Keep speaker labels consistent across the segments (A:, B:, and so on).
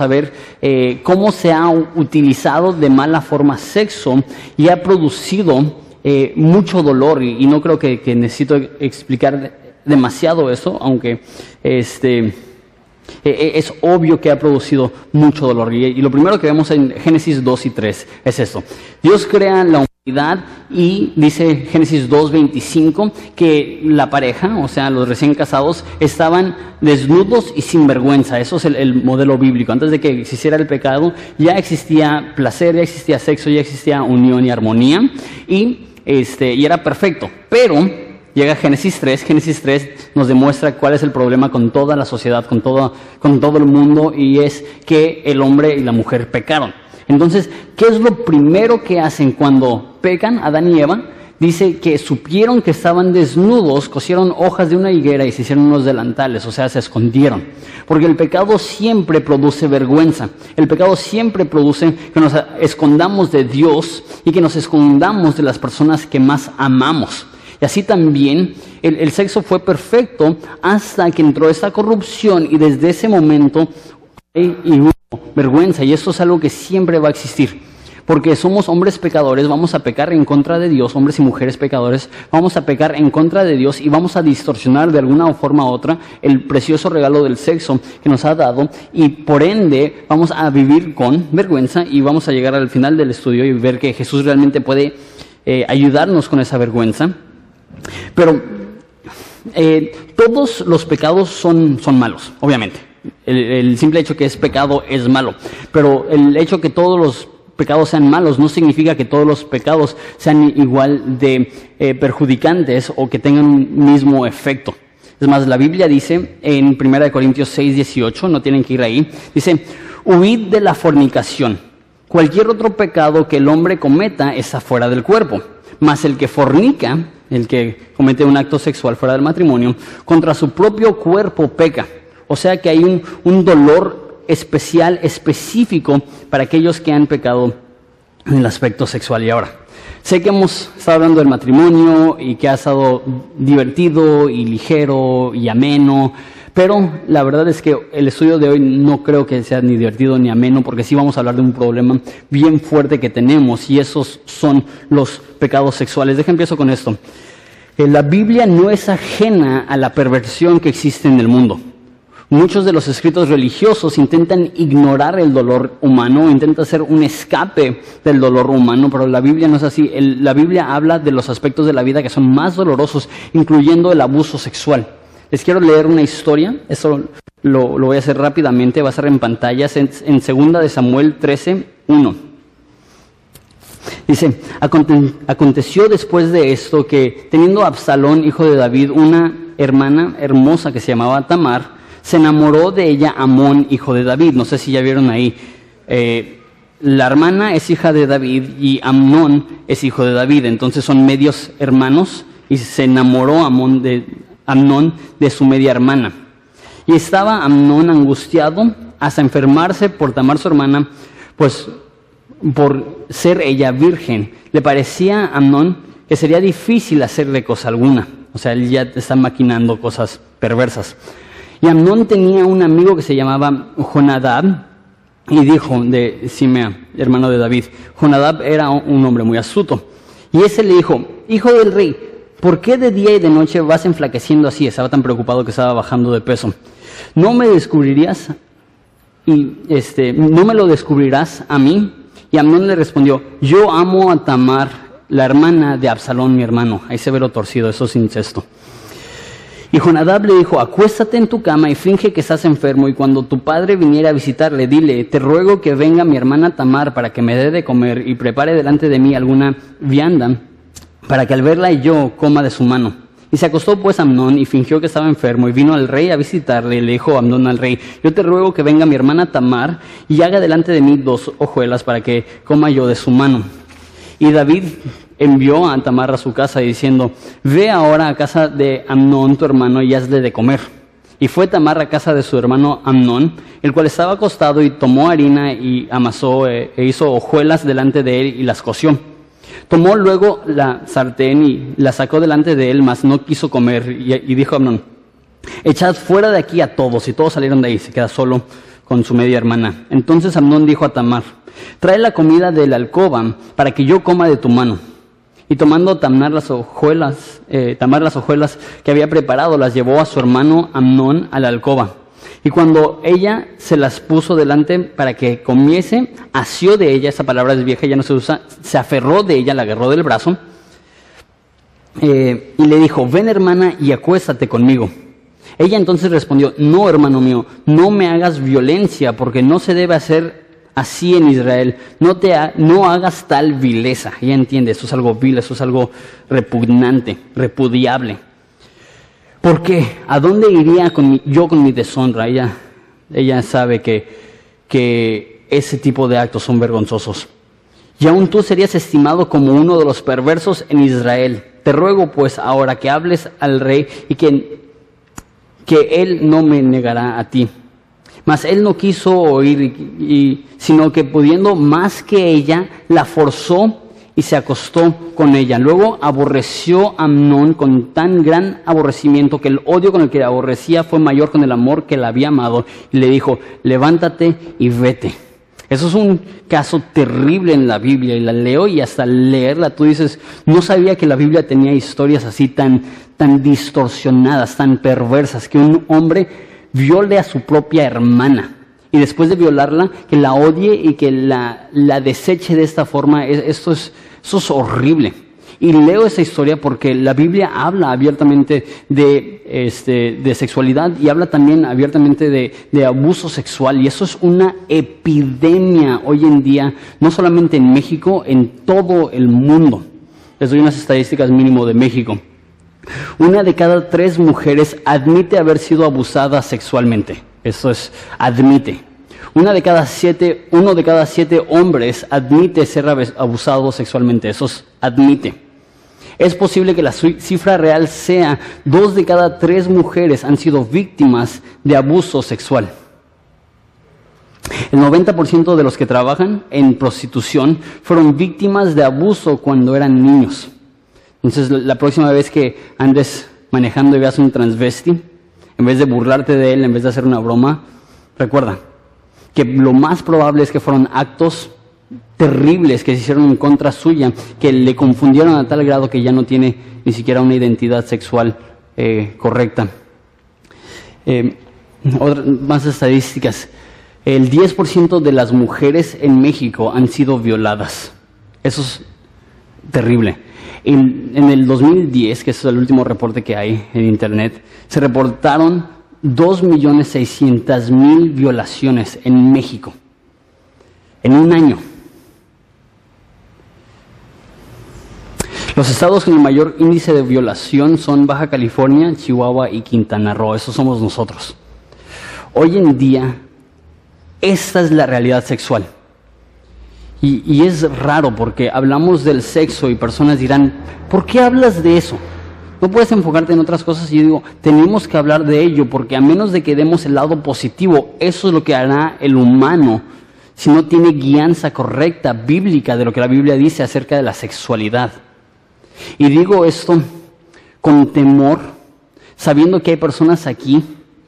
A: a ver cómo se ha utilizado de mala forma sexo y ha producido mucho dolor. Y no creo que necesito explicar demasiado eso, aunque es obvio que ha producido mucho dolor. Y lo primero que vemos en Génesis 2 y 3 es esto. Dios crea la humanidad y dice Génesis 2:25 que la pareja, o sea, los recién casados, estaban desnudos y sin vergüenza. Eso es el modelo bíblico. Antes de que existiera el pecado, ya existía placer, ya existía sexo, ya existía unión y armonía, y era perfecto. Pero llega Génesis 3 nos demuestra cuál es el problema con toda la sociedad, con todo el mundo, y es que el hombre y la mujer pecaron. Entonces, ¿qué es lo primero que hacen cuando pecan Adán y Eva? Dice que supieron que estaban desnudos, cosieron hojas de una higuera y se hicieron unos delantales, o sea, se escondieron. Porque el pecado siempre produce vergüenza. El pecado siempre produce que nos escondamos de Dios y que nos escondamos de las personas que más amamos. Y así también el sexo fue perfecto hasta que entró esta corrupción, y desde ese momento hubo vergüenza, y esto es algo que siempre va a existir. Porque somos hombres pecadores, vamos a pecar en contra de Dios, hombres y mujeres pecadores, vamos a pecar en contra de Dios y vamos a distorsionar de alguna forma u otra el precioso regalo del sexo que nos ha dado, y por ende vamos a vivir con vergüenza, y vamos a llegar al final del estudio y ver que Jesús realmente puede ayudarnos con esa vergüenza. Pero todos los pecados son malos, obviamente. El simple hecho que es pecado es malo, pero el hecho que todos los pecados sean malos no significa que todos los pecados sean igual de perjudicantes o que tengan un mismo efecto. Es más, la Biblia dice en 1 Corintios 6:18, no tienen que ir ahí, dice: huid de la fornicación. Cualquier otro pecado que el hombre cometa está fuera del cuerpo, mas el que fornica, el que comete un acto sexual fuera del matrimonio, contra su propio cuerpo peca. O sea que hay un dolor especial, específico para aquellos que han pecado en el aspecto sexual. Y ahora, sé que hemos estado hablando del matrimonio y que ha estado divertido y ligero y ameno, pero la verdad es que el estudio de hoy no creo que sea ni divertido ni ameno, porque sí vamos a hablar de un problema bien fuerte que tenemos, y esos son los pecados sexuales. Empiezo con esto. La Biblia no es ajena a la perversión que existe en el mundo. Muchos de los escritos religiosos intentan ignorar el dolor humano, intentan hacer un escape del dolor humano, pero la Biblia no es así. La Biblia habla de los aspectos de la vida que son más dolorosos, incluyendo el abuso sexual. Les quiero leer una historia, eso lo voy a hacer rápidamente, va a ser en pantallas, en 2 de Samuel 13:1. Dice: aconteció después de esto que, teniendo Absalón, hijo de David, una hermana hermosa que se llamaba Tamar, se enamoró de ella Amnón, hijo de David. No sé si ya vieron ahí. La hermana es hija de David y Amnón es hijo de David. Entonces son medios hermanos, y se enamoró Amnón de su media hermana. Y estaba Amnón angustiado hasta enfermarse por Tamar su hermana, pues por ser ella virgen. Le parecía a Amnón que sería difícil hacerle cosa alguna. O sea, él ya está maquinando cosas perversas. Y Amnón tenía un amigo que se llamaba Jonadab, y dijo de Simea, hermano de David. Jonadab era un hombre muy astuto. Y ese le dijo: hijo del rey, ¿por qué de día y de noche vas enflaqueciendo así? Estaba tan preocupado que estaba bajando de peso. ¿No me descubrirías? ¿No me lo descubrirás a mí? Y Amnón le respondió: yo amo a Tamar, la hermana de Absalón, mi hermano. Ahí se ve lo torcido, eso es incesto. Y Jonadab le dijo: acuéstate en tu cama y finge que estás enfermo, y cuando tu padre viniera a visitarle, dile: te ruego que venga mi hermana Tamar para que me dé de comer y prepare delante de mí alguna vianda, para que al verla yo coma de su mano. Y se acostó pues Amnón y fingió que estaba enfermo, y vino al rey a visitarle, y le dijo Amnón al rey: yo te ruego que venga mi hermana Tamar y haga delante de mí 2 hojuelas para que coma yo de su mano. Y David envió a Tamar a su casa diciendo: ve ahora a casa de Amnón tu hermano y hazle de comer. Y fue Tamar a casa de su hermano Amnón, el cual estaba acostado, y tomó harina y amasó e hizo hojuelas delante de él y las coció. Tomó luego la sartén y la sacó delante de él, mas no quiso comer, y dijo a Amnón: echad fuera de aquí a todos. Y todos salieron de ahí, se queda solo con su media hermana. Entonces Amnón dijo a Tamar: trae la comida de la alcoba para que yo coma de tu mano. Y tomando Tamar las hojuelas que había preparado, las llevó a su hermano Amnón a la alcoba. Y cuando ella se las puso delante para que comiese, asió de ella, esa palabra es vieja, ya no se usa, se aferró de ella, la agarró del brazo, y le dijo: ven, hermana, y acuéstate conmigo. Ella entonces respondió: no, hermano mío, no me hagas violencia, porque no se debe hacer así en Israel. No hagas tal vileza. Ella entiende, eso es algo vil, eso es algo repugnante, repudiable. ¿Por qué? ¿A dónde iría yo con mi deshonra? Ella sabe que ese tipo de actos son vergonzosos. Y aún tú serías estimado como uno de los perversos en Israel. Te ruego pues ahora que hables al rey y que él no me negará a ti. Mas él no quiso oír, sino que pudiendo más que ella, la forzó y se acostó con ella. Luego aborreció a Amnón con tan gran aborrecimiento que el odio con el que la aborrecía fue mayor con el amor que la había amado. Y le dijo: levántate y vete. Eso es un caso terrible en la Biblia, y la leo y hasta leerla tú dices: no sabía que la Biblia tenía historias así tan distorsionadas, tan perversas, que un hombre viole a su propia hermana y después de violarla, que la odie y que la deseche de esta forma. Eso es horrible. Y leo esa historia porque la Biblia habla abiertamente de sexualidad y habla también abiertamente de abuso sexual. Y eso es una epidemia hoy en día, no solamente en México, en todo el mundo. Les doy unas estadísticas mínimo de México. 1 de cada 3 mujeres admite haber sido abusada sexualmente. Eso es, admite. 1 de cada 7 hombres admite ser abusado sexualmente. Eso es, admite. Es posible que la cifra real sea 2 de cada 3 mujeres han sido víctimas de abuso sexual. El 90% de los que trabajan en prostitución fueron víctimas de abuso cuando eran niños. Entonces, la próxima vez que andes manejando y veas un transvesti, en vez de burlarte de él, en vez de hacer una broma, recuerda que lo más probable es que fueron actos terribles que se hicieron en contra suya, que le confundieron a tal grado que ya no tiene ni siquiera una identidad sexual correcta. Más estadísticas. El 10% de las mujeres en México han sido violadas. Eso es terrible. En el 2010, que es el último reporte que hay en internet, se reportaron 2.600.000 violaciones en México en un año. Los estados con el mayor índice de violación son Baja California, Chihuahua y Quintana Roo. Esos somos nosotros. Hoy en día, esta es la realidad sexual. Y es raro porque hablamos del sexo y personas dirán: ¿por qué hablas de eso? No puedes enfocarte en otras cosas. Y yo digo, tenemos que hablar de ello, porque a menos de que demos el lado positivo, eso es lo que hará el humano si no tiene guianza correcta, bíblica, de lo que la Biblia dice acerca de la sexualidad. Y digo esto con temor, sabiendo que hay personas aquí,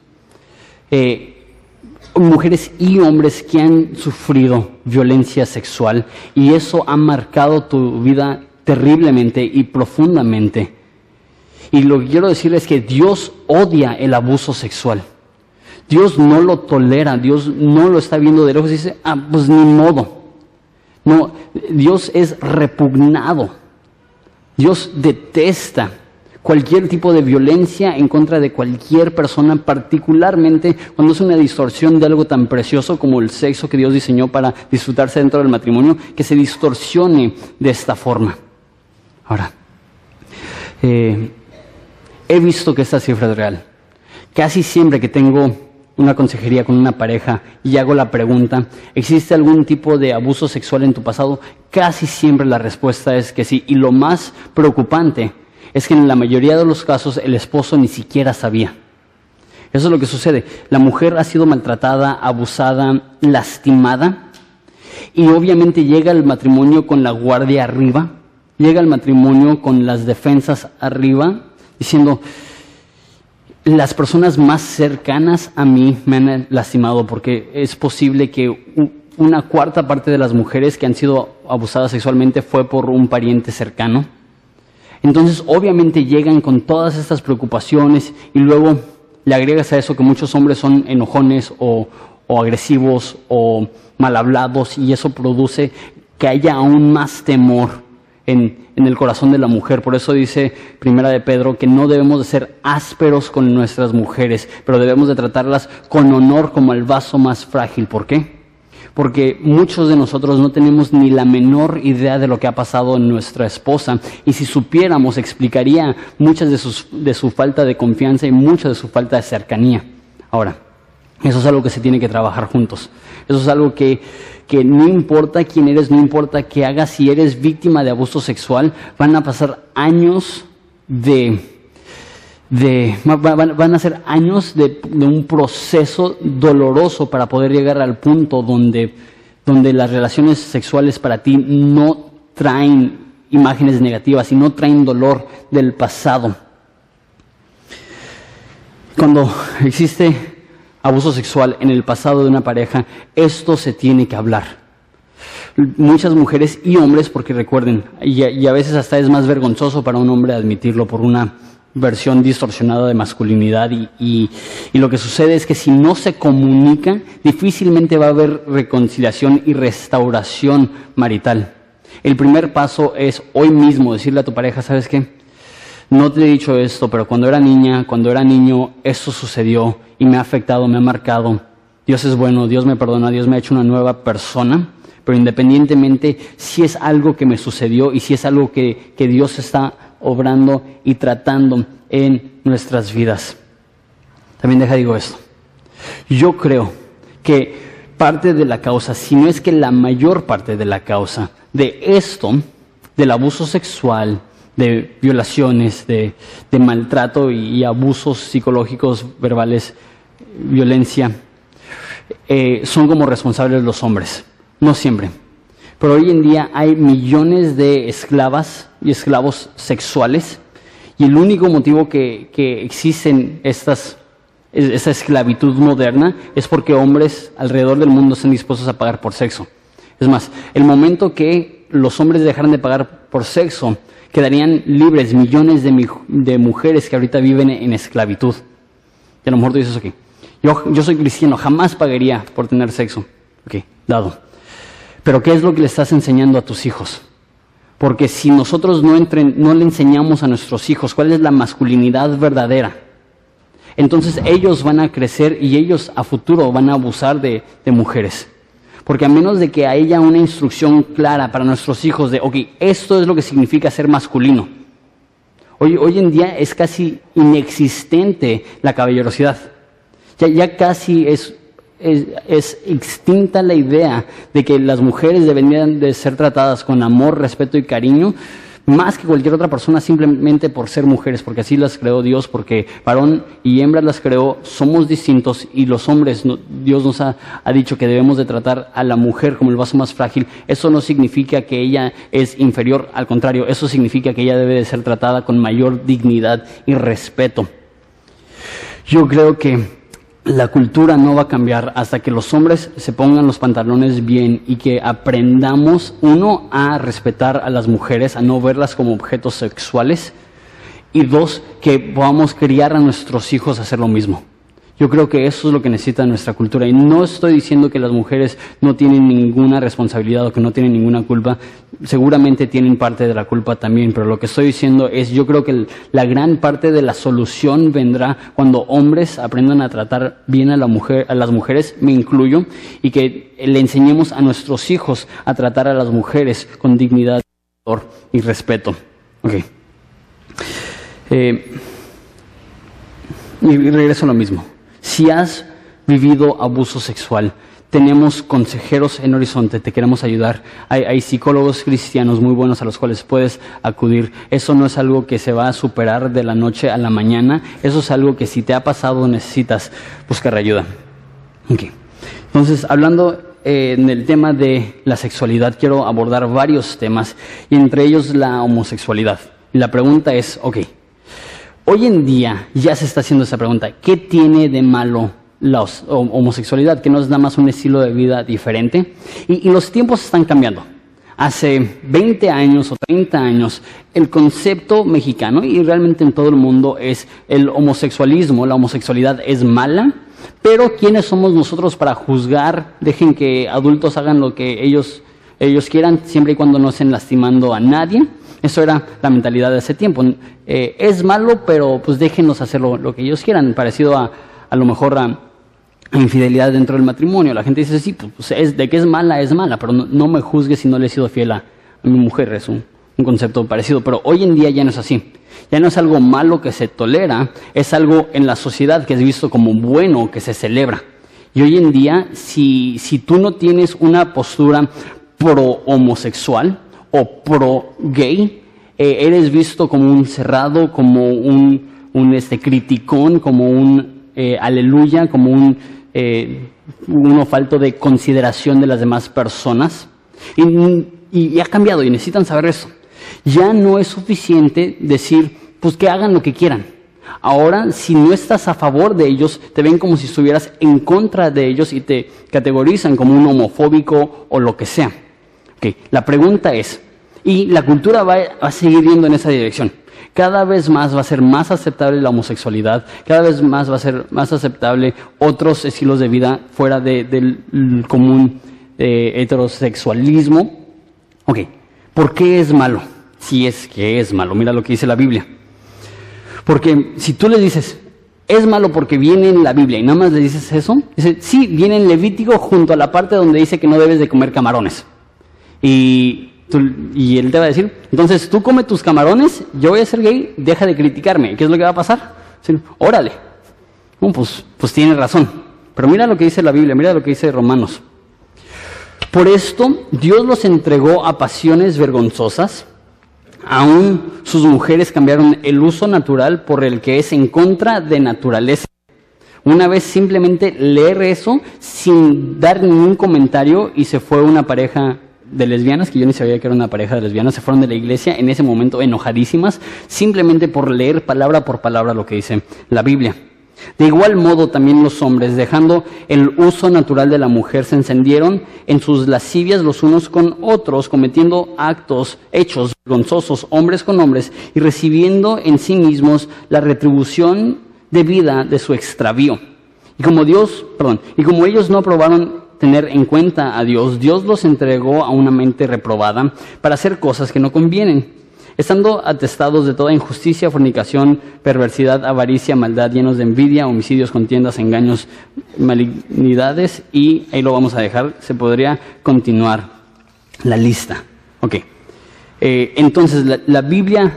A: mujeres y hombres que han sufrido violencia sexual, y eso ha marcado tu vida terriblemente y profundamente. Y lo que quiero decirles es que Dios odia el abuso sexual. Dios no lo tolera, Dios no lo está viendo de lejos y dice: pues ni modo. No, Dios es repugnado. Dios detesta cualquier tipo de violencia en contra de cualquier persona, particularmente cuando es una distorsión de algo tan precioso como el sexo que Dios diseñó para disfrutarse dentro del matrimonio, que se distorsione de esta forma. Ahora, he visto que esta cifra es real. Casi siempre que tengo una consejería con una pareja y hago la pregunta: ¿existe algún tipo de abuso sexual en tu pasado? Casi siempre la respuesta es que sí. Y lo más preocupante es que en la mayoría de los casos el esposo ni siquiera sabía. Eso es lo que sucede. La mujer ha sido maltratada, abusada, lastimada, y obviamente llega al matrimonio con la guardia arriba, llega al matrimonio con las defensas arriba, diciendo: las personas más cercanas a mí me han lastimado, porque es posible que una cuarta parte de las mujeres que han sido abusadas sexualmente fue por un pariente cercano. Entonces, obviamente llegan con todas estas preocupaciones y luego le agregas a eso que muchos hombres son enojones o agresivos o mal hablados, y eso produce que haya aún más temor en el corazón de la mujer. Por eso dice Primera de Pedro que no debemos de ser ásperos con nuestras mujeres, pero debemos de tratarlas con honor como el vaso más frágil. ¿Por qué? Porque muchos de nosotros no tenemos ni la menor idea de lo que ha pasado en nuestra esposa, y si supiéramos explicaría muchas de su falta de confianza y mucha de su falta de cercanía. Ahora, eso es algo que se tiene que trabajar juntos. Eso es algo que no importa quién eres, no importa qué hagas, si eres víctima de abuso sexual, van a pasar años van a ser años de un proceso doloroso para poder llegar al punto donde las relaciones sexuales para ti no traen imágenes negativas y no traen dolor del pasado. Cuando existe abuso sexual en el pasado de una pareja, esto se tiene que hablar. Muchas mujeres y hombres, porque recuerden, y a veces hasta es más vergonzoso para un hombre admitirlo por una versión distorsionada de masculinidad, y lo que sucede es que si no se comunica, difícilmente va a haber reconciliación y restauración marital. El primer paso es hoy mismo decirle a tu pareja: ¿sabes qué? No te he dicho esto, pero cuando era niña, cuando era niño, esto sucedió y me ha afectado, me ha marcado. Dios es bueno, Dios me perdona, Dios me ha hecho una nueva persona, pero independientemente si es algo que me sucedió y si es algo que Dios está obrando y tratando en nuestras vidas. También digo esto. Yo creo que parte de la causa, si no es que la mayor parte de la causa de esto, del abuso sexual, de violaciones, de maltrato y abusos psicológicos, verbales, violencia, son como responsables los hombres. No siempre. Pero hoy en día hay millones de esclavas y esclavos sexuales, y el único motivo que existen esa esclavitud moderna es porque hombres alrededor del mundo están dispuestos a pagar por sexo. Es más, el momento que los hombres dejaran de pagar por sexo, quedarían libres millones de mujeres que ahorita viven en esclavitud. Y a lo mejor tú dices: ok, yo soy cristiano, jamás pagaría por tener sexo. Ok, dado. Pero ¿qué es lo que le estás enseñando a tus hijos? Porque si nosotros no le enseñamos a nuestros hijos cuál es la masculinidad verdadera, entonces ellos van a crecer y ellos a futuro van a abusar de mujeres. Porque a menos de que haya una instrucción clara para nuestros hijos de, ok, esto es lo que significa ser masculino. Hoy en día es casi inexistente la caballerosidad. Ya casi es extinta la idea de que las mujeres deberían de ser tratadas con amor, respeto y cariño, más que cualquier otra persona, simplemente por ser mujeres, porque así las creó Dios, porque varón y hembra las creó, somos distintos, y los hombres, Dios nos ha dicho que debemos de tratar a la mujer como el vaso más frágil. Eso no significa que ella es inferior, al contrario, eso significa que ella debe de ser tratada con mayor dignidad y respeto. Yo creo que la cultura no va a cambiar hasta que los hombres se pongan los pantalones bien y que aprendamos, uno, a respetar a las mujeres, a no verlas como objetos sexuales, y dos, que podamos criar a nuestros hijos a hacer lo mismo. Yo creo que eso es lo que necesita nuestra cultura, y no estoy diciendo que las mujeres no tienen ninguna responsabilidad o que no tienen ninguna culpa. Seguramente tienen parte de la culpa también, pero lo que estoy diciendo es, yo creo que la gran parte de la solución vendrá cuando hombres aprendan a tratar bien a las mujeres, me incluyo, y que le enseñemos a nuestros hijos a tratar a las mujeres con dignidad, honor y respeto. Okay. Y regreso a lo mismo. Si has vivido abuso sexual, tenemos consejeros en Horizonte, te queremos ayudar. Hay psicólogos cristianos muy buenos a los cuales puedes acudir. Eso no es algo que se va a superar de la noche a la mañana. Eso es algo que si te ha pasado necesitas buscar ayuda. Okay. Entonces, hablando en el tema de la sexualidad, quiero abordar varios temas, y entre ellos la homosexualidad. Y la pregunta es, ok, Hoy en día ya se está haciendo esa pregunta. ¿Qué tiene de malo la homosexualidad? Que no es nada más un estilo de vida diferente. Y los tiempos están cambiando. Hace 20 años o 30 años, el concepto mexicano, y realmente en todo el mundo, es el homosexualismo. La homosexualidad es mala, pero ¿quiénes somos nosotros para juzgar? Dejen que adultos hagan lo que ellos quieran, siempre y cuando no estén lastimando a nadie. Eso era la mentalidad de ese tiempo. Es malo, pero pues déjenlos hacer lo que ellos quieran, parecido a lo mejor a infidelidad dentro del matrimonio. La gente dice, sí, pues de que es mala, pero no me juzgue si no le he sido fiel a mi mujer. Es un concepto parecido, pero hoy en día ya no es así. Ya no es algo malo que se tolera, es algo en la sociedad que es visto como bueno, que se celebra. Y hoy en día, si tú no tienes una postura pro homosexual o pro gay, eres visto como un cerrado, como un criticón, como un aleluya, como uno falto de consideración de las demás personas. Y ha cambiado y necesitan saber eso. Ya no es suficiente decir, pues que hagan lo que quieran. Ahora, si no estás a favor de ellos, te ven como si estuvieras en contra de ellos y te categorizan como un homofóbico o lo que sea. Okay. La pregunta es, y la cultura va a seguir yendo en esa dirección. Cada vez más va a ser más aceptable la homosexualidad, cada vez más va a ser más aceptable otros estilos de vida fuera del común heterosexualismo. Ok, ¿por qué es malo? Si es que es malo, mira lo que dice la Biblia. Porque si tú le dices, es malo porque viene en la Biblia y nada más le dices eso, dice, sí, viene en Levítico junto a la parte donde dice que no debes de comer camarones. Y él te va a decir, entonces tú come tus camarones, yo voy a ser gay, deja de criticarme. ¿Qué es lo que va a pasar? Dice, órale. Pues tiene razón. Pero mira lo que dice la Biblia, mira lo que dice Romanos. Por esto Dios los entregó a pasiones vergonzosas. Aún sus mujeres cambiaron el uso natural por el que es en contra de naturaleza. Una vez simplemente leer eso sin dar ningún comentario y se fue una pareja de lesbianas, que yo ni sabía que era una pareja de lesbianas, se fueron de la iglesia en ese momento enojadísimas, simplemente por leer palabra por palabra lo que dice la Biblia. De igual modo también los hombres, dejando el uso natural de la mujer, se encendieron en sus lascivias los unos con otros, cometiendo hechos vergonzosos, hombres con hombres, y recibiendo en sí mismos la retribución debida de su extravío. Y como ellos no aprobaron tener en cuenta a Dios, Dios los entregó a una mente reprobada para hacer cosas que no convienen, estando atestados de toda injusticia, fornicación, perversidad, avaricia, maldad, llenos de envidia, homicidios, contiendas, engaños, malignidades, y ahí lo vamos a dejar. Se podría continuar la lista. Ok. Entonces la Biblia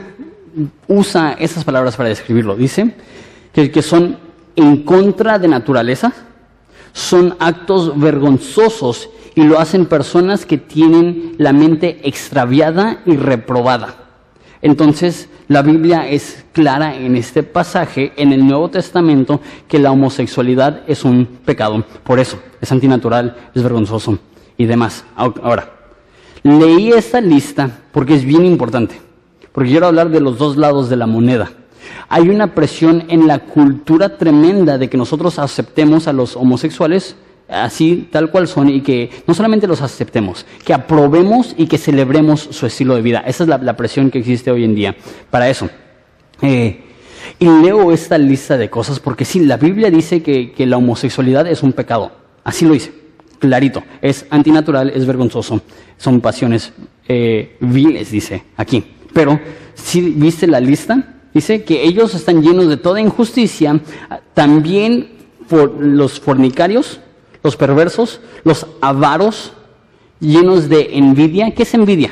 A: usa esas palabras para describirlo. Dice que son en contra de naturaleza, son actos vergonzosos y lo hacen personas que tienen la mente extraviada y reprobada. Entonces, la Biblia es clara en este pasaje, en el Nuevo Testamento, que la homosexualidad es un pecado. Por eso, es antinatural, es vergonzoso y demás. Ahora, leí esta lista porque es bien importante, porque quiero hablar de los dos lados de la moneda. Hay una presión en la cultura tremenda de que nosotros aceptemos a los homosexuales así, tal cual son, y que no solamente los aceptemos, que aprobemos y que celebremos su estilo de vida. Esa es la presión que existe hoy en día para eso. Y leo esta lista de cosas porque sí, la Biblia dice que la homosexualidad es un pecado. Así lo dice, clarito. Es antinatural, es vergonzoso, son pasiones viles, dice aquí. Pero, si viste la lista, dice que ellos están llenos de toda injusticia, también por los fornicarios, los perversos, los avaros, llenos de envidia. ¿Qué es envidia?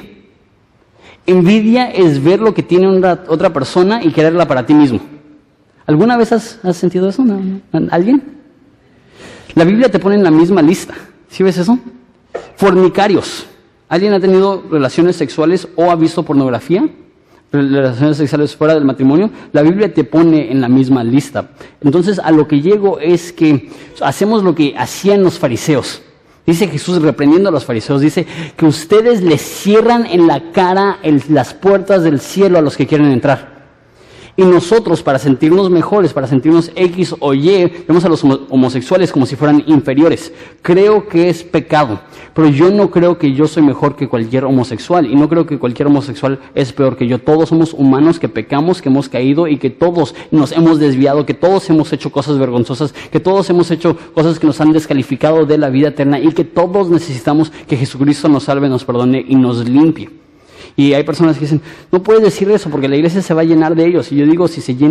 A: Envidia es ver lo que tiene otra persona y quererla para ti mismo. ¿Alguna vez has sentido eso? ¿Alguien? La Biblia te pone en la misma lista. ¿Sí ves eso? Fornicarios. ¿Alguien ha tenido relaciones sexuales o ha visto pornografía? Relaciones sexuales fuera del matrimonio. La Biblia te pone en la misma lista. Entonces, a lo que llego es que hacemos lo que hacían los fariseos. Dice Jesús reprendiendo a los fariseos, dice que ustedes les cierran en la cara las puertas del cielo a los que quieren entrar. Y nosotros, para sentirnos mejores, para sentirnos X o Y, vemos a los homosexuales como si fueran inferiores. Creo que es pecado, pero yo no creo que yo soy mejor que cualquier homosexual, y no creo que cualquier homosexual es peor que yo. Todos somos humanos que pecamos, que hemos caído y que todos nos hemos desviado, que todos hemos hecho cosas vergonzosas, que todos hemos hecho cosas que nos han descalificado de la vida eterna, y que todos necesitamos que Jesucristo nos salve, nos perdone y nos limpie. Y hay personas que dicen, no puedes decir eso porque la iglesia se va a llenar de ellos. Y yo digo,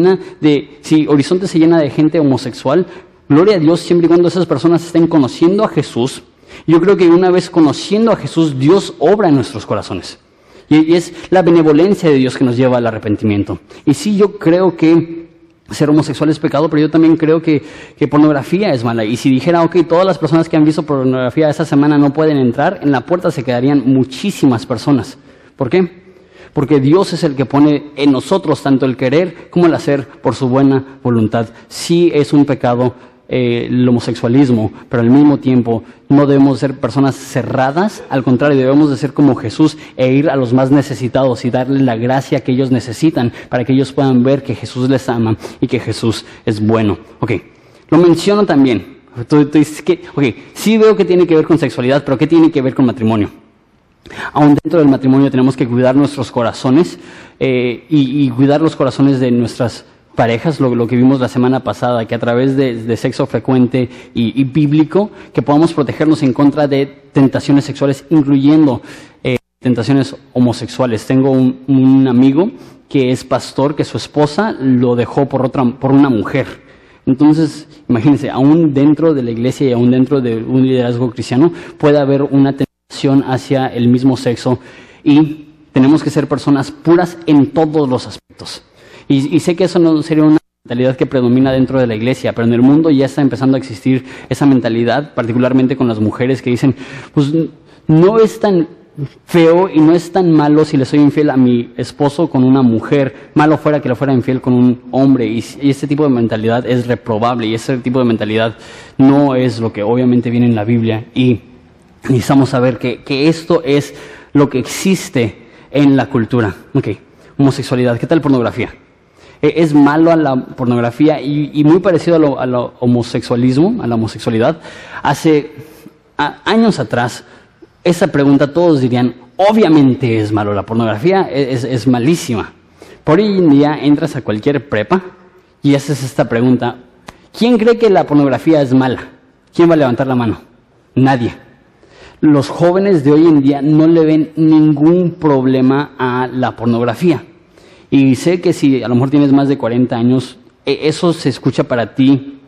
A: si Horizonte se llena de gente homosexual, gloria a Dios siempre y cuando esas personas estén conociendo a Jesús. Yo creo que una vez conociendo a Jesús, Dios obra en nuestros corazones. Y es la benevolencia de Dios que nos lleva al arrepentimiento. Y sí, yo creo que ser homosexual es pecado, pero yo también creo que pornografía es mala. Y si dijera, ok, todas las personas que han visto pornografía esta semana no pueden entrar, en la puerta se quedarían muchísimas personas. ¿Por qué? Porque Dios es el que pone en nosotros tanto el querer como el hacer por su buena voluntad. Sí es un pecado el homosexualismo, pero al mismo tiempo no debemos ser personas cerradas, al contrario, debemos de ser como Jesús e ir a los más necesitados y darles la gracia que ellos necesitan para que ellos puedan ver que Jesús les ama y que Jesús es bueno. Ok, lo menciono también. Tú dices que, sí veo que tiene que ver con sexualidad, pero ¿qué tiene que ver con matrimonio? Aún dentro del matrimonio tenemos que cuidar nuestros corazones y cuidar los corazones de nuestras parejas, lo que vimos la semana pasada, que a través de sexo frecuente y bíblico, que podamos protegernos en contra de tentaciones sexuales, incluyendo tentaciones homosexuales. Tengo un amigo que es pastor, que su esposa lo dejó por una mujer. Entonces, imagínense, aún dentro de la iglesia y aún dentro de un liderazgo cristiano puede haber una tentación hacia el mismo sexo, y tenemos que ser personas puras en todos los aspectos. Y sé que eso no sería una mentalidad que predomina dentro de la iglesia, pero en el mundo ya está empezando a existir esa mentalidad, particularmente con las mujeres que dicen, pues no es tan feo y no es tan malo si le soy infiel a mi esposo con una mujer, malo fuera que lo fuera infiel con un hombre, y este tipo de mentalidad es reprobable, y ese tipo de mentalidad no es lo que obviamente viene en la Biblia, y necesitamos saber que esto es lo que existe en la cultura. Ok, homosexualidad. ¿Qué tal pornografía? Es malo a la pornografía y muy parecido a lo homosexualismo, a la homosexualidad. Hace años atrás, esa pregunta todos dirían, obviamente es malo, la pornografía es malísima. Por hoy en día entras a cualquier prepa y haces esta pregunta, ¿quién cree que la pornografía es mala? ¿Quién va a levantar la mano? Nadie. Los jóvenes de hoy en día no le ven ningún problema a la pornografía. Y sé que si a lo mejor tienes más de 40 años, eso se escucha para ti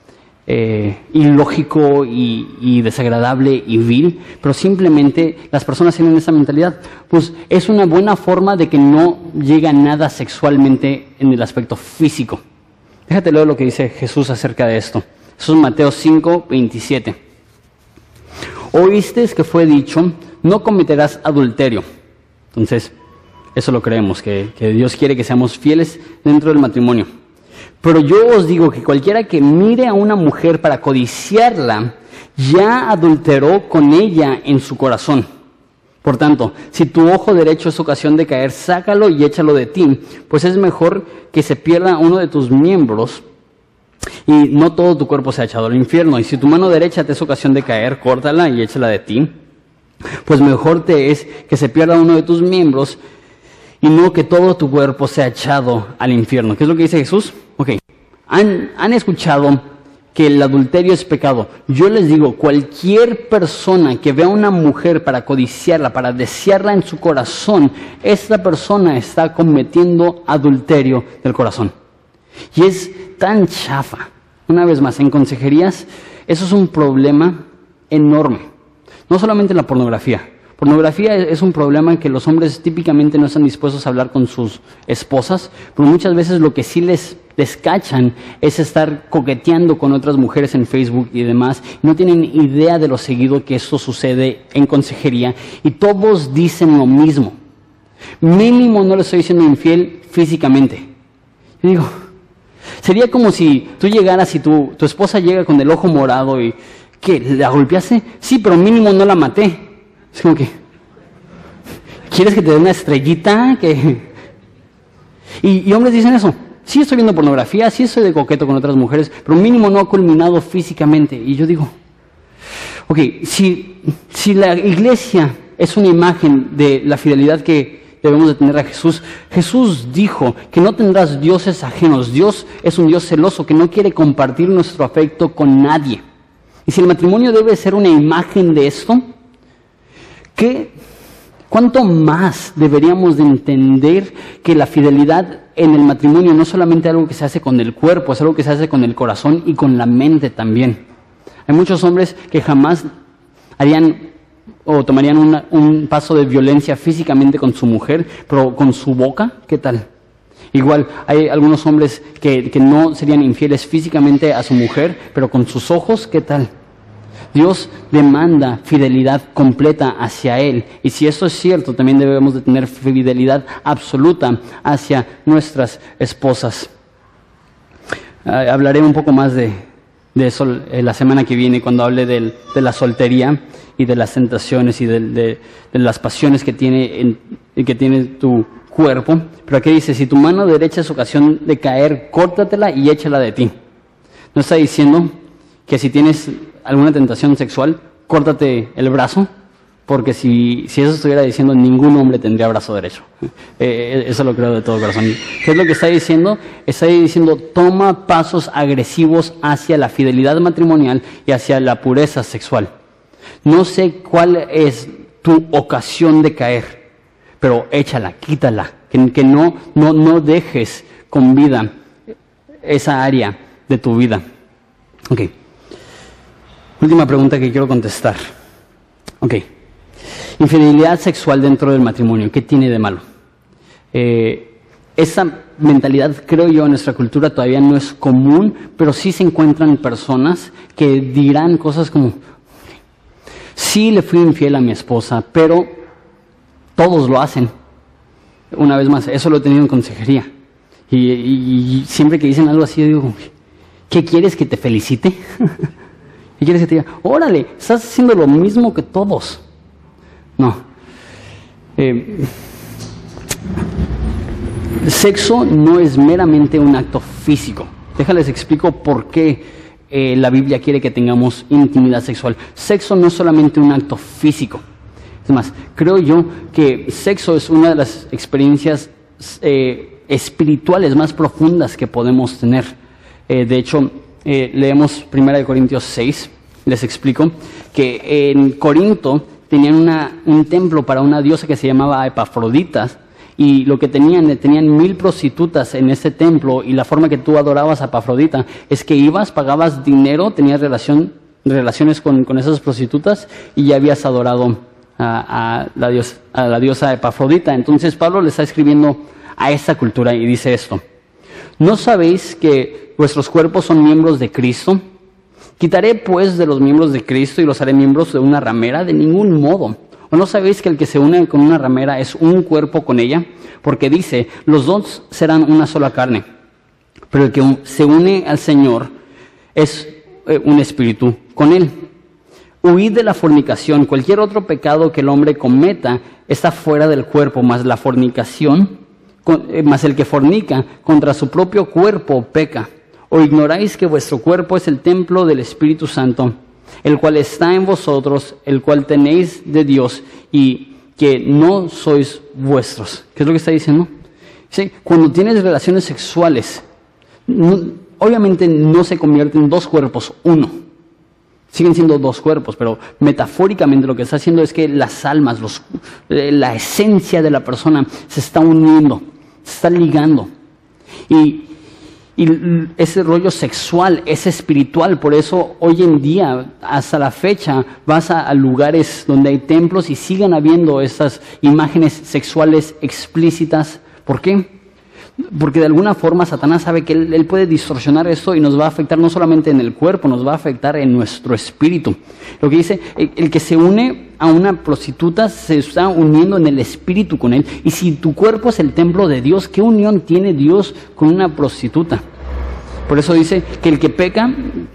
A: ilógico y desagradable y vil, pero simplemente las personas tienen esa mentalidad. Pues es una buena forma de que no llega nada sexualmente en el aspecto físico. Déjate leer lo que dice Jesús acerca de esto. Eso es Mateo 5:27. Oísteis que fue dicho, no cometerás adulterio. Entonces, eso lo creemos, que Dios quiere que seamos fieles dentro del matrimonio. Pero yo os digo que cualquiera que mire a una mujer para codiciarla, ya adulteró con ella en su corazón. Por tanto, si tu ojo derecho es ocasión de caer, sácalo y échalo de ti, pues es mejor que se pierda uno de tus miembros y no todo tu cuerpo sea echado al infierno. Y si tu mano derecha te es ocasión de caer, córtala y échala de ti, pues mejor te es que se pierda uno de tus miembros y no que todo tu cuerpo sea echado al infierno. ¿Qué es lo que dice Jesús? Ok, han escuchado que el adulterio es pecado. Yo les digo, cualquier persona que vea a una mujer para codiciarla, para desearla en su corazón, esta persona está cometiendo adulterio del corazón. Y es tan chafa. Una vez más, en consejerías, eso es un problema enorme. No solamente en la pornografía. Pornografía es un problema que los hombres típicamente no están dispuestos a hablar con sus esposas, pero muchas veces lo que sí les cachan es estar coqueteando con otras mujeres en Facebook y demás. No tienen idea de lo seguido que esto sucede en consejería y todos dicen lo mismo. Mínimo no le estoy diciendo infiel físicamente. Yo digo, sería como si tú llegaras y tu esposa llega con el ojo morado y ¿qué? ¿La golpeaste? Sí, pero mínimo no la maté. Es como que, ¿quieres que te dé una estrellita? Y hombres dicen eso. Sí estoy viendo pornografía, sí estoy de coqueto con otras mujeres, pero mínimo no ha culminado físicamente. Y yo digo, ok, si la iglesia es una imagen de la fidelidad que debemos de tener a Jesús, Jesús dijo que no tendrás dioses ajenos. Dios es un Dios celoso que no quiere compartir nuestro afecto con nadie. Y si el matrimonio debe ser una imagen de esto, ¿cuánto más deberíamos de entender que la fidelidad en el matrimonio no es solamente algo que se hace con el cuerpo, es algo que se hace con el corazón y con la mente también? Hay muchos hombres que jamás harían o tomarían un paso de violencia físicamente con su mujer, pero con su boca, ¿qué tal? Igual, hay algunos hombres que no serían infieles físicamente a su mujer, pero con sus ojos, ¿qué tal? Dios demanda fidelidad completa hacia Él. Y si esto es cierto, también debemos de tener fidelidad absoluta hacia nuestras esposas. Hablaré un poco más de eso la semana que viene, cuando hable de la soltería y de las tentaciones y de las pasiones que tiene tu cuerpo. Pero aquí dice, si tu mano derecha es ocasión de caer, córtatela y échala de ti. No está diciendo que si tienes alguna tentación sexual, córtate el brazo, porque si eso estuviera diciendo, ningún hombre tendría brazo derecho. Eso lo creo de todo corazón. ¿Qué es lo que está diciendo? Está diciendo, toma pasos agresivos hacia la fidelidad matrimonial y hacia la pureza sexual. No sé cuál es tu ocasión de caer, pero échala, quítala, que no dejes con vida esa área de tu vida. Ok. Última pregunta que quiero contestar. Ok. Infidelidad sexual dentro del matrimonio, ¿qué tiene de malo? Esa mentalidad, creo yo, en nuestra cultura todavía no es común, pero sí se encuentran personas que dirán cosas como, sí le fui infiel a mi esposa, pero todos lo hacen. Una vez más, eso lo he tenido en consejería. Y siempre que dicen algo así, yo digo, ¿qué quieres, que te felicite? ¿Qué quieres que te diga? Órale, estás haciendo lo mismo que todos. No. Sexo no es meramente un acto físico. Déjales explico por qué la Biblia quiere que tengamos intimidad sexual. Sexo no es solamente un acto físico. Es más, creo yo que sexo es una de las experiencias espirituales más profundas que podemos tener. De hecho, leemos 1 Corintios 6, les explico que en Corinto tenían un templo para una diosa que se llamaba Epafrodita, y lo que tenían 1000 prostitutas en ese templo, y la forma que tú adorabas a Epafrodita es que ibas, pagabas dinero, tenías relaciones con esas prostitutas y ya habías adorado a la diosa Epafrodita. Entonces Pablo le está escribiendo a esa cultura y dice esto: ¿no sabéis que vuestros cuerpos son miembros de Cristo? ¿Quitaré pues de los miembros de Cristo y los haré miembros de una ramera? De ningún modo. ¿O no sabéis que el que se une con una ramera es un cuerpo con ella? Porque dice, los dos serán una sola carne. Pero el que se une al Señor es un espíritu con Él. Huid de la fornicación. Cualquier otro pecado que el hombre cometa está fuera del cuerpo, mas la fornicación, mas el que fornica contra su propio cuerpo peca. ¿O ignoráis que vuestro cuerpo es el templo del Espíritu Santo, el cual está en vosotros, el cual tenéis de Dios, y que no sois vuestros? ¿Qué es lo que está diciendo? Sí, cuando tienes relaciones sexuales, obviamente no se convierten en dos cuerpos, uno. Siguen siendo dos cuerpos, pero metafóricamente lo que está haciendo es que las almas, la esencia de la persona se está uniendo, se está ligando. Y ese rollo sexual es espiritual. Por eso hoy en día, hasta la fecha, vas a lugares donde hay templos y siguen habiendo esas imágenes sexuales explícitas. ¿Por qué? Porque de alguna forma Satanás sabe que él puede distorsionar esto y nos va a afectar no solamente en el cuerpo, nos va a afectar en nuestro espíritu. Lo que dice, el que se une a una prostituta se está uniendo en el espíritu con él. Y si tu cuerpo es el templo de Dios, ¿qué unión tiene Dios con una prostituta? Por eso dice que el que peca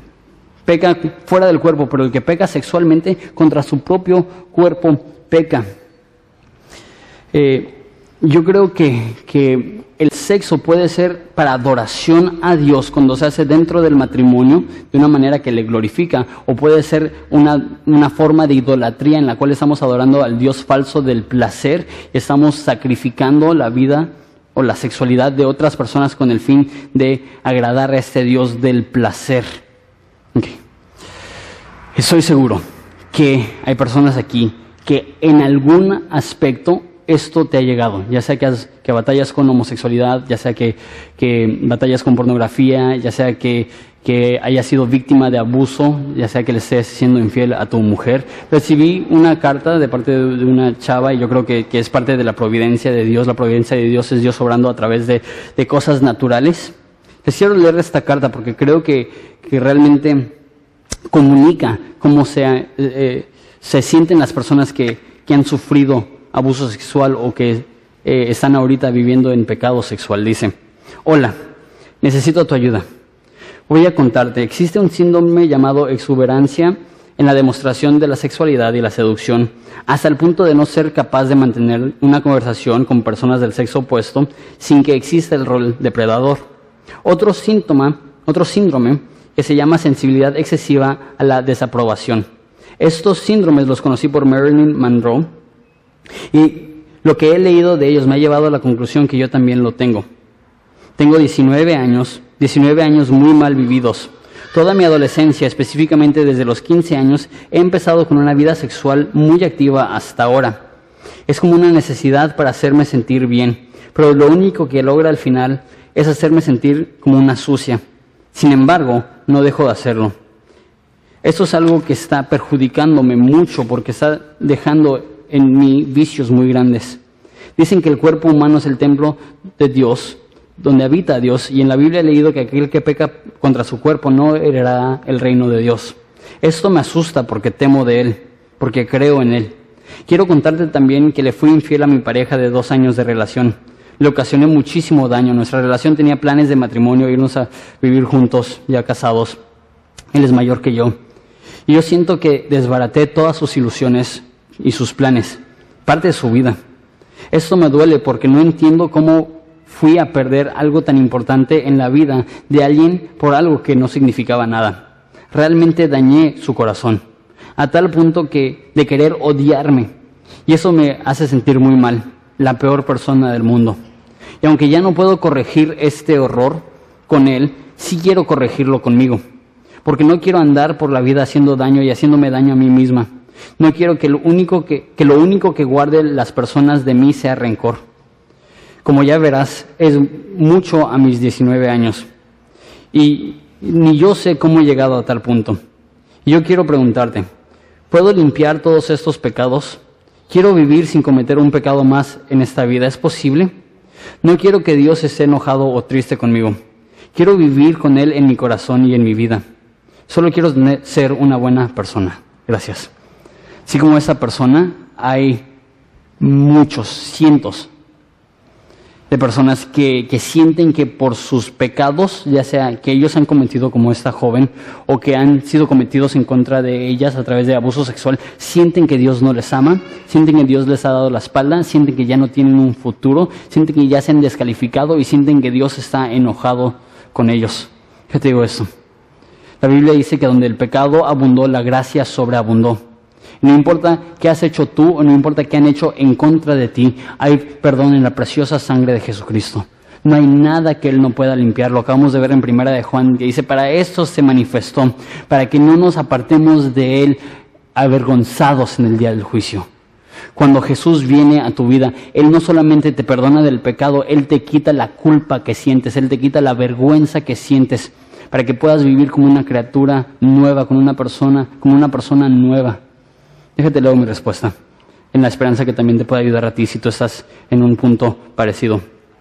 A: fuera del cuerpo, pero el que peca sexualmente contra su propio cuerpo peca. Yo creo que el sexo puede ser para adoración a Dios cuando se hace dentro del matrimonio de una manera que le glorifica, o puede ser una forma de idolatría en la cual estamos adorando al Dios falso del placer, estamos sacrificando la vida o la sexualidad de otras personas con el fin de agradar a este Dios del placer. Okay. Estoy seguro que hay personas aquí que en algún aspecto esto te ha llegado, ya sea que batallas con homosexualidad, ya sea que batallas con pornografía, ya sea que hayas sido víctima de abuso, ya sea que le estés siendo infiel a tu mujer. Recibí una carta de parte de una chava y yo creo que es parte de la providencia de Dios. La providencia de Dios es Dios obrando a través de cosas naturales. Les quiero leer esta carta porque creo que realmente comunica cómo se sienten las personas que han sufrido abuso sexual o que están ahorita viviendo en pecado sexual. Dice: hola, necesito tu ayuda. Voy a contarte, existe un síndrome llamado exuberancia en la demostración de la sexualidad y la seducción, hasta el punto de no ser capaz de mantener una conversación con personas del sexo opuesto sin que exista el rol depredador. Otro síndrome que se llama sensibilidad excesiva a la desaprobación. Estos síndromes los conocí por Marilyn Monroe y lo que he leído de ellos me ha llevado a la conclusión que yo también lo tengo. Tengo 19 años muy mal vividos. Toda mi adolescencia, específicamente desde los 15 años, he empezado con una vida sexual muy activa hasta ahora. Es como una necesidad para hacerme sentir bien, pero lo único que logra al final es hacerme sentir como una sucia. Sin embargo, no dejo de hacerlo. Esto es algo que está perjudicándome mucho porque está dejando en mí vicios muy grandes. Dicen que el cuerpo humano es el templo de Dios, donde habita Dios, y en la Biblia he leído que aquel que peca contra su cuerpo no heredará el reino de Dios. Esto me asusta porque temo de Él, porque creo en Él. Quiero contarte también que le fui infiel a mi pareja de 2 años de relación. Le ocasioné muchísimo daño. Nuestra relación tenía planes de matrimonio, irnos a vivir juntos, ya casados. Él es mayor que yo. Y yo siento que desbaraté todas sus ilusiones y sus planes, parte de su vida. Esto me duele porque no entiendo cómo fui a perder algo tan importante en la vida de alguien por algo que no significaba nada. Realmente dañé su corazón, a tal punto de querer odiarme. Y eso me hace sentir muy mal, la peor persona del mundo. Y aunque ya no puedo corregir este horror con él, sí quiero corregirlo conmigo. Porque no quiero andar por la vida haciendo daño y haciéndome daño a mí misma. No quiero que lo único que guarden las personas de mí sea rencor. Como ya verás, es mucho a mis 19 años. Y ni yo sé cómo he llegado a tal punto. Y yo quiero preguntarte, ¿puedo limpiar todos estos pecados? ¿Quiero vivir sin cometer un pecado más en esta vida? ¿Es posible? No quiero que Dios esté enojado o triste conmigo. Quiero vivir con Él en mi corazón y en mi vida. Solo quiero ser una buena persona. Gracias. Así como esa persona, hay muchos, cientos de personas que sienten que por sus pecados, ya sea que ellos han cometido como esta joven, o que han sido cometidos en contra de ellas a través de abuso sexual, sienten que Dios no les ama, sienten que Dios les ha dado la espalda, sienten que ya no tienen un futuro, sienten que ya se han descalificado y sienten que Dios está enojado con ellos. ¿Qué te digo esto? La Biblia dice que donde el pecado abundó, la gracia sobreabundó. No importa qué has hecho tú o no importa qué han hecho en contra de ti, hay perdón en la preciosa sangre de Jesucristo. No hay nada que Él no pueda limpiar. Lo acabamos de ver en 1 de Juan, que dice: para esto se manifestó, para que no nos apartemos de Él avergonzados en el día del juicio. Cuando Jesús viene a tu vida, Él no solamente te perdona del pecado, Él te quita la culpa que sientes, Él te quita la vergüenza que sientes, para que puedas vivir como una criatura nueva, como una persona nueva. Déjate luego mi respuesta, en la esperanza que también te pueda ayudar a ti si tú estás en un punto parecido.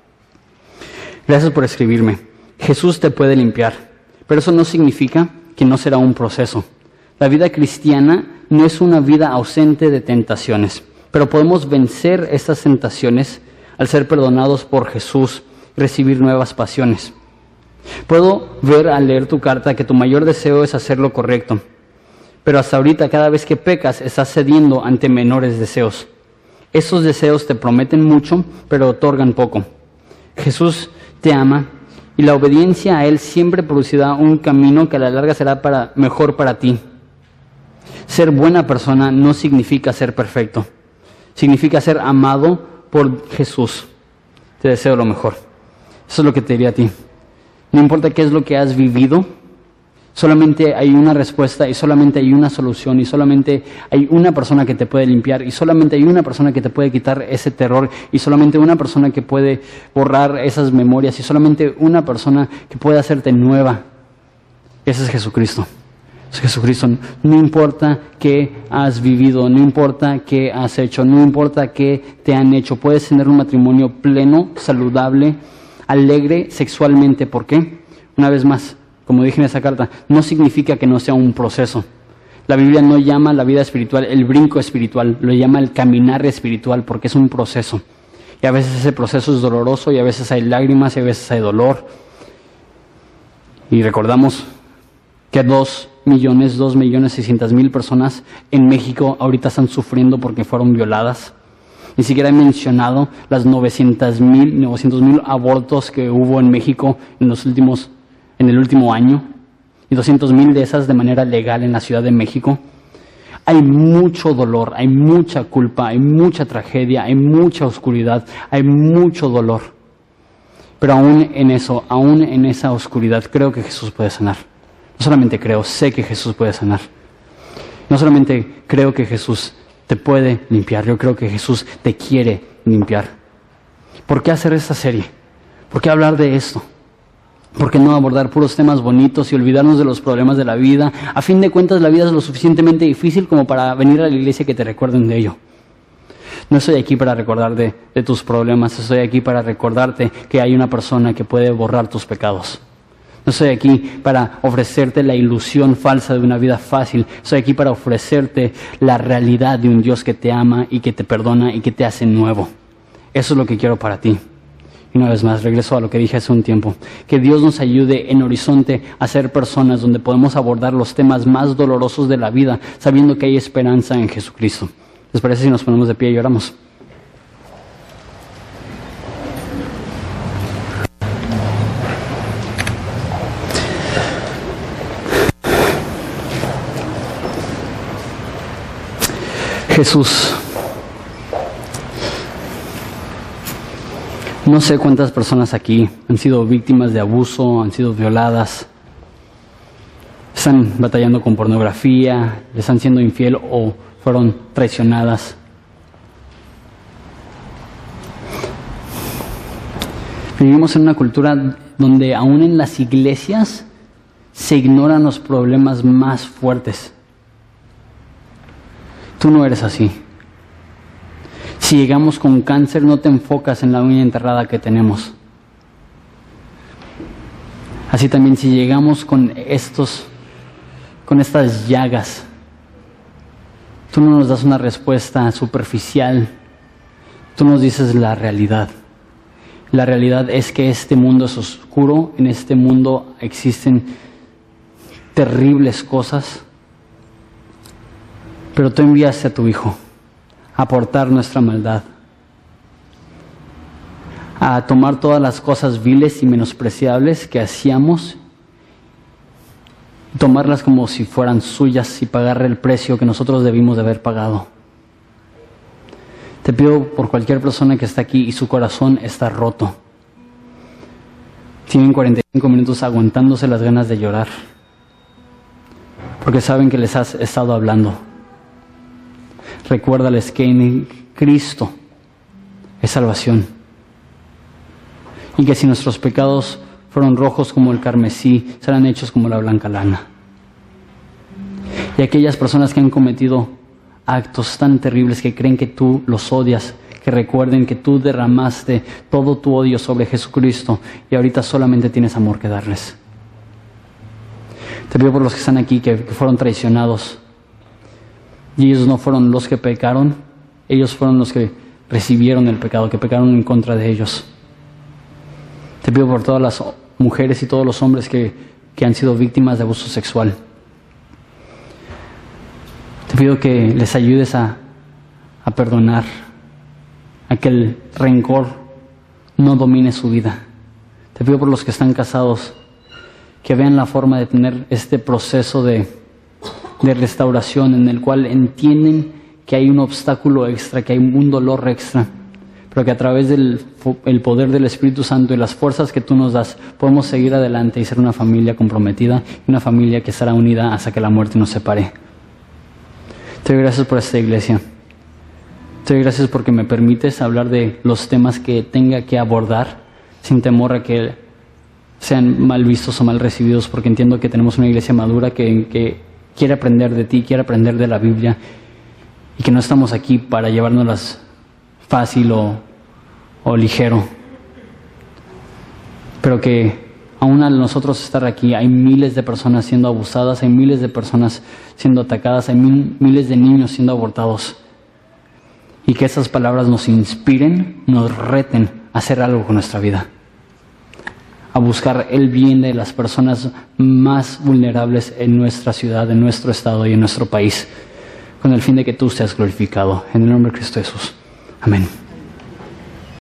A: Gracias por escribirme. Jesús te puede limpiar, pero eso no significa que no será un proceso. La vida cristiana no es una vida ausente de tentaciones, pero podemos vencer estas tentaciones al ser perdonados por Jesús y recibir nuevas pasiones. Puedo ver al leer tu carta que tu mayor deseo es hacer lo correcto. Pero hasta ahorita, cada vez que pecas, estás cediendo ante menores deseos. Esos deseos te prometen mucho, pero otorgan poco. Jesús te ama, y la obediencia a Él siempre producirá un camino que a la larga será mejor para ti. Ser buena persona no significa ser perfecto, significa ser amado por Jesús. Te deseo lo mejor. Eso es lo que te diría a ti. No importa qué es lo que has vivido, solamente hay una respuesta y solamente hay una solución y solamente hay una persona que te puede limpiar y solamente hay una persona que te puede quitar ese terror y solamente una persona que puede borrar esas memorias y solamente una persona que puede hacerte nueva. Ese es Jesucristo. Es Jesucristo. No importa qué has vivido, no importa qué has hecho, no importa qué te han hecho. Puedes tener un matrimonio pleno, saludable, alegre sexualmente. ¿Por qué? Una vez más, como dije en esa carta, no significa que no sea un proceso. La Biblia no llama la vida espiritual el brinco espiritual, lo llama el caminar espiritual porque es un proceso. Y a veces ese proceso es doloroso y a veces hay lágrimas y a veces hay dolor. Y recordamos que 2.600.000 personas en México ahorita están sufriendo porque fueron violadas. Ni siquiera he mencionado las 900.000 abortos que hubo en México en el último año, y 200.000 de esas de manera legal en la Ciudad de México. Hay mucho dolor, hay mucha culpa, hay mucha tragedia, hay mucha oscuridad, hay mucho dolor. Pero aún en eso, aún en esa oscuridad, creo que Jesús puede sanar. No solamente creo, sé que Jesús puede sanar. No solamente creo que Jesús te puede limpiar, yo creo que Jesús te quiere limpiar. ¿Por qué hacer esta serie? ¿Por qué hablar de esto? ¿Por qué no abordar puros temas bonitos y olvidarnos de los problemas de la vida? A fin de cuentas, la vida es lo suficientemente difícil como para venir a la iglesia y que te recuerden de ello. No estoy aquí para recordar de tus problemas, estoy aquí para recordarte que hay una persona que puede borrar tus pecados. No estoy aquí para ofrecerte la ilusión falsa de una vida fácil, estoy aquí para ofrecerte la realidad de un Dios que te ama y que te perdona y que te hace nuevo. Eso es lo que quiero para ti. Y una vez más, regreso a lo que dije hace un tiempo. Que Dios nos ayude en Horizonte a ser personas donde podemos abordar los temas más dolorosos de la vida, sabiendo que hay esperanza en Jesucristo. ¿Les parece si nos ponemos de pie y oramos? Jesús, no sé cuántas personas aquí han sido víctimas de abuso, han sido violadas, están batallando con pornografía, les están siendo infiel o fueron traicionadas. Vivimos en una cultura donde aún en las iglesias se ignoran los problemas más fuertes. Tú no eres así. Si llegamos con cáncer, no te enfocas en la uña enterrada que tenemos. Así también si llegamos con estas llagas, tú no nos das una respuesta superficial, tú nos dices la realidad. La realidad es que este mundo es oscuro, en este mundo existen terribles cosas, pero tú enviaste a tu Hijo a aportar nuestra maldad, a tomar todas las cosas viles y menospreciables que hacíamos, tomarlas como si fueran suyas y pagar el precio que nosotros debimos de haber pagado. Te pido por cualquier persona que está aquí y su corazón está roto. Tienen 45 minutos aguantándose las ganas de llorar, porque saben que les has estado hablando. Recuérdales que en Cristo es salvación. Y que si nuestros pecados fueron rojos como el carmesí, serán hechos como la blanca lana. Y aquellas personas que han cometido actos tan terribles que creen que tú los odias, que recuerden que tú derramaste todo tu odio sobre Jesucristo y ahorita solamente tienes amor que darles. Te pido por los que están aquí que fueron traicionados. Y ellos no fueron los que pecaron, ellos fueron los que recibieron el pecado, que pecaron en contra de ellos. Te pido por todas las mujeres y todos los hombres que han sido víctimas de abuso sexual. Te pido que les ayudes a perdonar, a que el rencor no domine su vida. Te pido por los que están casados, que vean la forma de tener este proceso de restauración en el cual entienden que hay un obstáculo extra, que hay un dolor extra, pero que a través del poder del Espíritu Santo y las fuerzas que tú nos das, podemos seguir adelante y ser una familia comprometida, una familia que estará unida hasta que la muerte nos separe. Te doy gracias por esta iglesia. Te doy gracias porque me permites hablar de los temas que tenga que abordar sin temor a que sean mal vistos o mal recibidos, porque entiendo que tenemos una iglesia madura que quiere aprender de ti, quiere aprender de la Biblia, y que no estamos aquí para llevárnoslas fácil o ligero, pero que aún al nosotros estar aquí hay miles de personas siendo abusadas, hay miles de personas siendo atacadas, hay miles de niños siendo abortados, y que esas palabras nos inspiren, nos reten a hacer algo con nuestra vida, a buscar el bien de las personas más vulnerables en nuestra ciudad, en nuestro estado y en nuestro país, con el fin de que tú seas glorificado. En el nombre de Cristo Jesús. Amén.